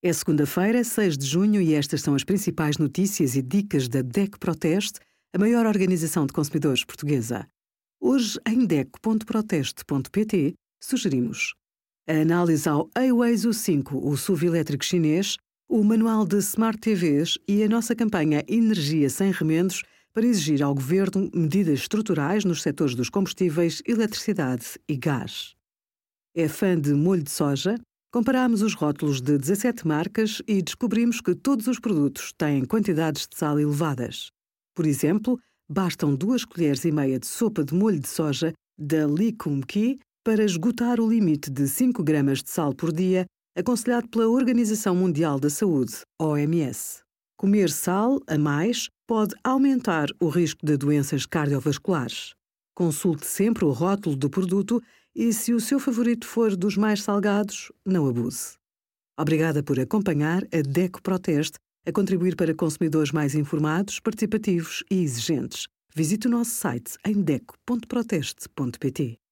É segunda-feira, 6 de junho, e estas são as principais notícias e dicas da DECO Proteste, a maior organização de consumidores portuguesa. Hoje, em DECO.proteste.pt, sugerimos a análise ao Huawei 5, o SUV elétrico chinês, o manual de Smart TVs e a nossa campanha Energia Sem Remendos para exigir ao Governo medidas estruturais nos setores dos combustíveis, eletricidade e gás. É fã de molho de soja? Comparámos os rótulos de 17 marcas e descobrimos que todos os produtos têm quantidades de sal elevadas. Por exemplo, bastam 2 colheres e meia de sopa de molho de soja da Lee Kum Kee para esgotar o limite de 5 gramas de sal por dia, aconselhado pela Organização Mundial da Saúde, OMS. Comer sal a mais pode aumentar o risco de doenças cardiovasculares. Consulte sempre o rótulo do produto e, se o seu favorito for dos mais salgados, não abuse. Obrigada por acompanhar a DECO Proteste a contribuir para consumidores mais informados, participativos e exigentes. Visite o nosso site em deco.proteste.pt.